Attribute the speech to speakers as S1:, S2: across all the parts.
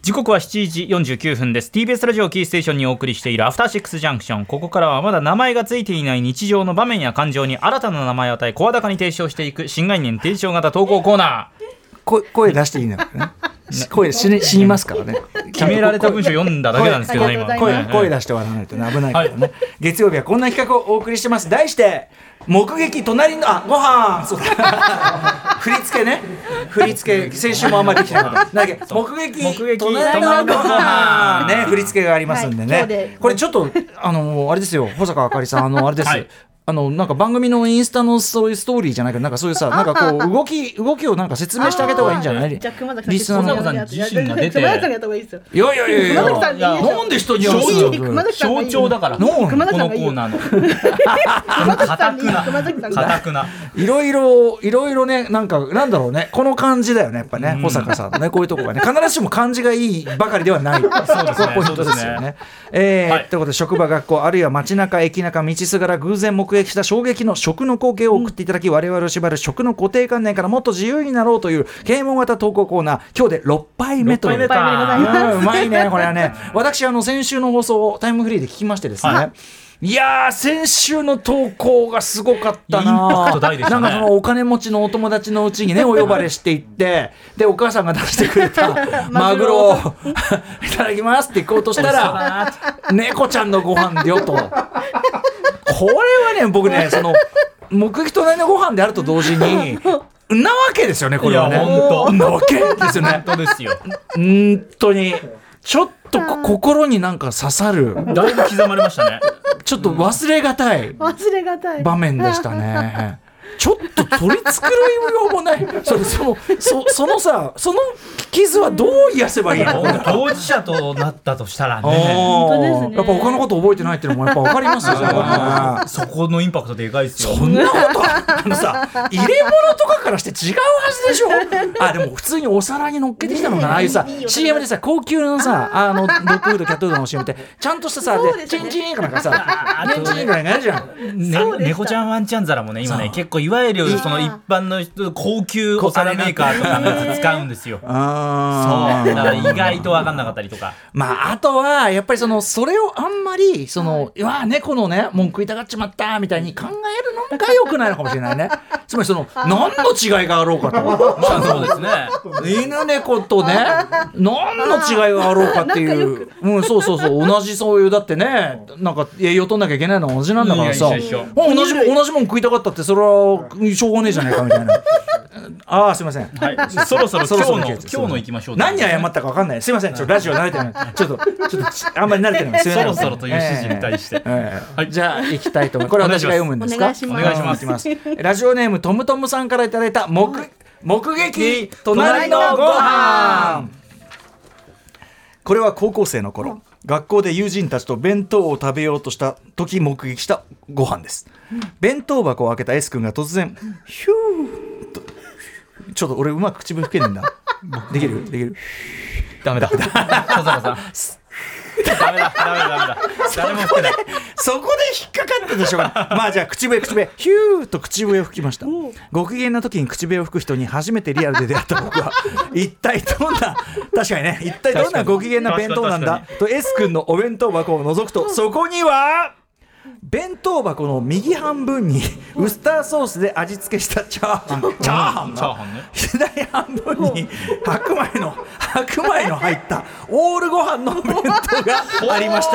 S1: 時刻は7時49分です。 TBS ラジオキーステーションにお送りしているアフターシックスジャンクション。ここからはまだ名前がついていない日常の場面や感情に新たな名前を与え声高に提唱していく新概念提唱型投稿コーナ
S2: ー。声出していいんだからね。声死にますからね。
S1: 決められた文章読んだだけなんですけどね、今
S2: 声出して笑わないと、ね、危ないからね、はい、月曜日はこんな企画をお送りしてます。題して目撃隣のご飯そうだ振り付けね、振り付け先週もあんまりできなかっただけど目撃隣のご飯ね、振り付けがありますんでね、はい、これちょっとあれですよ、保坂あかりさんあれです、はい、なんか番組のインスタのそういうストーリーじゃないけど、なんかそういうさ、なんかこう動きをなんか説明してあげた方がいいんじゃない？
S3: じゃあ熊崎さん、
S1: リスナーの自身が出て、
S3: 熊崎さんやった方がいいですよ。
S2: いやなんで人に
S1: 象徴だからこのコーナーの固くないろ
S2: いろね、なんだろうね、この感じだよね、やっぱね、保坂さんね、こういうとこがね、必ずしも感じがいいばかりではない。そうですね、ポイントですよね。ということで、職場、学校、あるいは街中、駅中、道すがら偶然目撃した衝撃の食の光景を送っていただき、我々を縛る食の固定観念からもっと自由になろうという啓蒙型投稿コーナー、今日で6杯目という。うまいね、これはね。私先週の放送をタイムフリーで聞きましてですね、はい、いやー、先週の投稿がすごかったな。
S1: インパクト大でしたね。
S2: なんかそのお金持ちのお友達のうちにねお呼ばれしていってでお母さんが出してくれたマグロをいただきますって行こうとしたら猫ちゃんのご飯よと。これはね、僕ね、その目撃隣のご飯であると同時になわけですよね、これはね。
S1: 本当
S2: なわけですよね。
S1: 本当ですよ。
S2: 本当にちょっと心になんか刺さる、
S1: だいぶ刻まれましたね。
S2: ちょっと忘れがたい場面でしたね。ちょっと取り繕いようもないそのさ、その傷はどう癒せばいいの？
S1: 当事者となったとしたらね、
S3: 本当ですね。
S2: やっぱ他のこと覚えてないっていうのもやっぱ分かりますよね。
S1: そこのインパクトでかいですよ。
S2: そんなことさ、入れ物とかからして違うはずでしょ。でも普通にお皿に乗っけてきたのかな、ああいうさ CM でさ、高級のさドッグフードキャットフードの CM ってちゃんとしたさ、でチンチンかなんかさチンチンぐらいがやるじゃん。
S1: 猫ちゃんワンちゃん皿もね、今ね結構いわゆるその一般の人高級お皿メーカーとかのやつ使うんですよ。そうだから意外と分かんなかったりとか。
S2: あとはやっぱりそれをあんまり猫のね文句言いたがっちまったみたいに考えるのが良くないのかもしれないね。つまり何の違いがあろうかと。
S1: そうですね。
S2: 犬猫とね何の違いがあろうかっていう、そう同じ、そういうだってね、なんか栄養取んなきゃいけないのは同じなんだからさ、同じもん食いたかったってそれはしょうがねえじゃないかみたいな。すいません、
S1: はい、そろそろ今日の行きましょう。
S2: 何に謝ったか分かんない、すいません、ラジオ慣れてない、ちょっとあんまり慣れてない、
S1: そろそろという指示に対して、
S2: じゃあ行きたいと思います。これ私が読むんですか？
S3: お願いします。
S2: ラジオネームトムトムさんからいただいた目撃隣のご飯。これは高校生の頃、学校で友人たちと弁当を食べようとした時目撃したご飯です。弁当箱を開けた S 君が突然ヒューと、ちょっと俺うまく口笛吹けねえんだ。できるダメだ小
S1: 坂さんダメだ誰も吹けない。
S2: そこで引っかかったでしょうが。じゃあ口笛ヒューと口笛を吹きました。ご機嫌な時に口笛を吹く人に初めてリアルで出会った僕は一体どんなご機嫌な弁当なんだと S 君のお弁当箱を覗くと、そこには弁当箱の右半分にウスターソースで味付けしたチャーハンが、左半分に白米の入ったオールご飯の弁当がありました。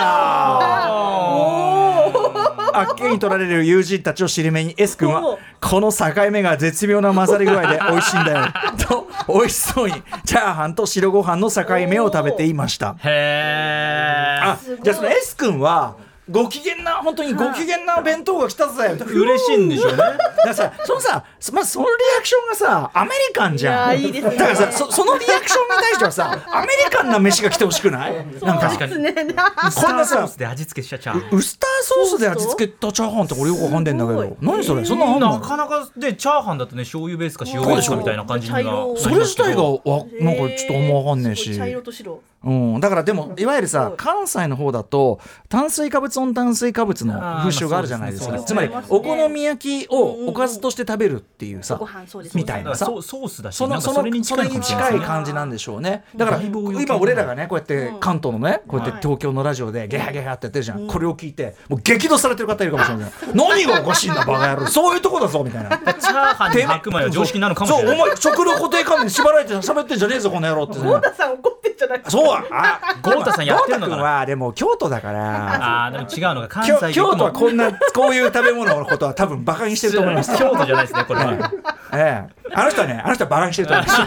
S2: あっけに取られる友人たちを尻目に S 君は、この境目が絶妙な混ざり具合で美味しいんだよと美味しそうにチャーハンと白ご飯の境目を食べていました。
S1: へ
S2: ー。じゃあその S 君は本当にご機嫌な弁当が来たぜ
S1: 嬉しいんでしょうね。だ
S2: からさ、そのリアクションがさアメリカンじゃん。
S3: いいですね。
S2: だからさ、そのリアクションに対してはさアメリカンな飯が来てほしくない？なんか
S1: 確かに
S3: ね、
S1: こんなソースで味付けしたチャーハン、
S2: ウスターソースで味付けたチャーハンって俺よくわかんねえんだけど、何それ、そんなのあんの？
S1: なかなかでチャーハンだとね、醤油ベースか塩ベースかみたいな感じが、
S2: それ自体がなんかちょっとあんまわかんねえし、
S3: 茶色と白
S2: だからでもいわゆるさ関西の方だと炭水化物温炭水化物の風習があるじゃないですか。つまりお好み焼きをおかずとして食べるっていうさ、みたいなさ、
S1: ソースだし、
S2: それに近い感じなんでしょうね。だから今俺らがねこうやって関東のねこうやって東京のラジオでゲハゲハってやってるじゃん。これを聞いてもう激怒されてる方いるかもしれない何がおかしいんだバカ野郎、そういうとこだぞみたいな。
S1: チャーハンに白米は常識なのかもしれない。
S2: そうお前食料固定観念に縛られて喋ってんじゃねえぞこの野郎って。
S3: 豪太さん怒ってんじゃない。
S2: そう
S1: 豪太さんやってるのかな。
S2: 豪太君はでも京都だから
S1: でも違うのが関西
S2: 京都はこういう食べ物のことは多分バカにしてると思います。
S1: 京都じゃないですねこれは。
S2: あの人はバカにしてると思います。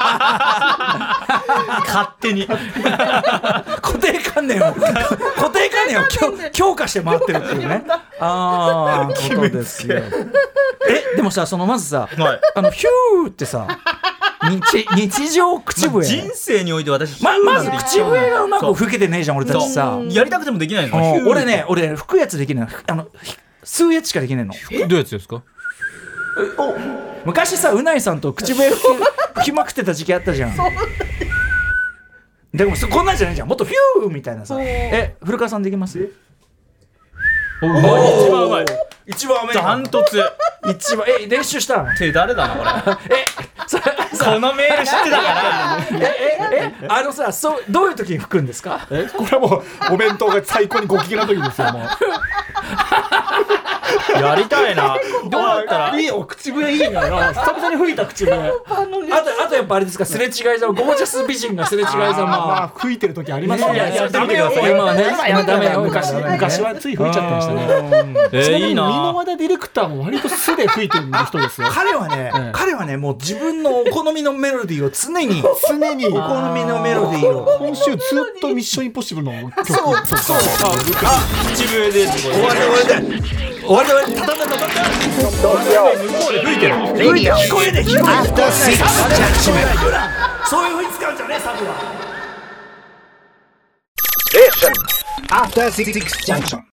S1: 勝手に
S2: 固定観念を強化して回ってるっていうね。ことですよ。でもさまずさ、ヒューってさ日常口笛、
S1: 人生において私
S2: まず口笛がうまく吹けてねえじゃん俺たちさ。
S1: やりたくてもできないの。
S2: 俺吹くやつできないの。吸うやつしかできないの。
S1: どういうやつですか。
S2: 昔さうないさんと口笛吹きまくってた時期あったじゃん。でもこんなんじゃないじゃん。もっとフューみたいなさ。古川さんできます？
S1: 一番うまい。
S2: 一番うまい。
S1: ダントツ。
S2: 一番練習した
S1: 手誰だなこれ。このメール知ってたから。
S2: どういう時に吹くんですか？
S4: これはもうお弁当が最高にご機嫌な時ですよ。もう
S1: やりたいな。どうやったら
S4: いいお口笛いいな。久々に吹いた口笛。
S2: あとやっぱあれですか、すれ違いざま、ゴージャス美人がすれ違いざま
S4: 吹いてる時ありますね。
S1: やってみてください。
S2: 今はね、ダメよ。
S4: 昔はつい吹いちゃってましたね。ちなみに箕輪田ディレクターも割と素で吹いてる人ですよ。
S2: 彼はねもう自分のお好みのメロディーを常にお好みのメロディーを
S4: 今週ずっとミッションインポッシブルの曲。
S2: そう
S1: 口笛で
S2: 終わりたたたたたた
S1: 向こうで吹いてる。
S2: 聞こえねそういう風に使うんじゃねえサブは。
S5: After 66 junction.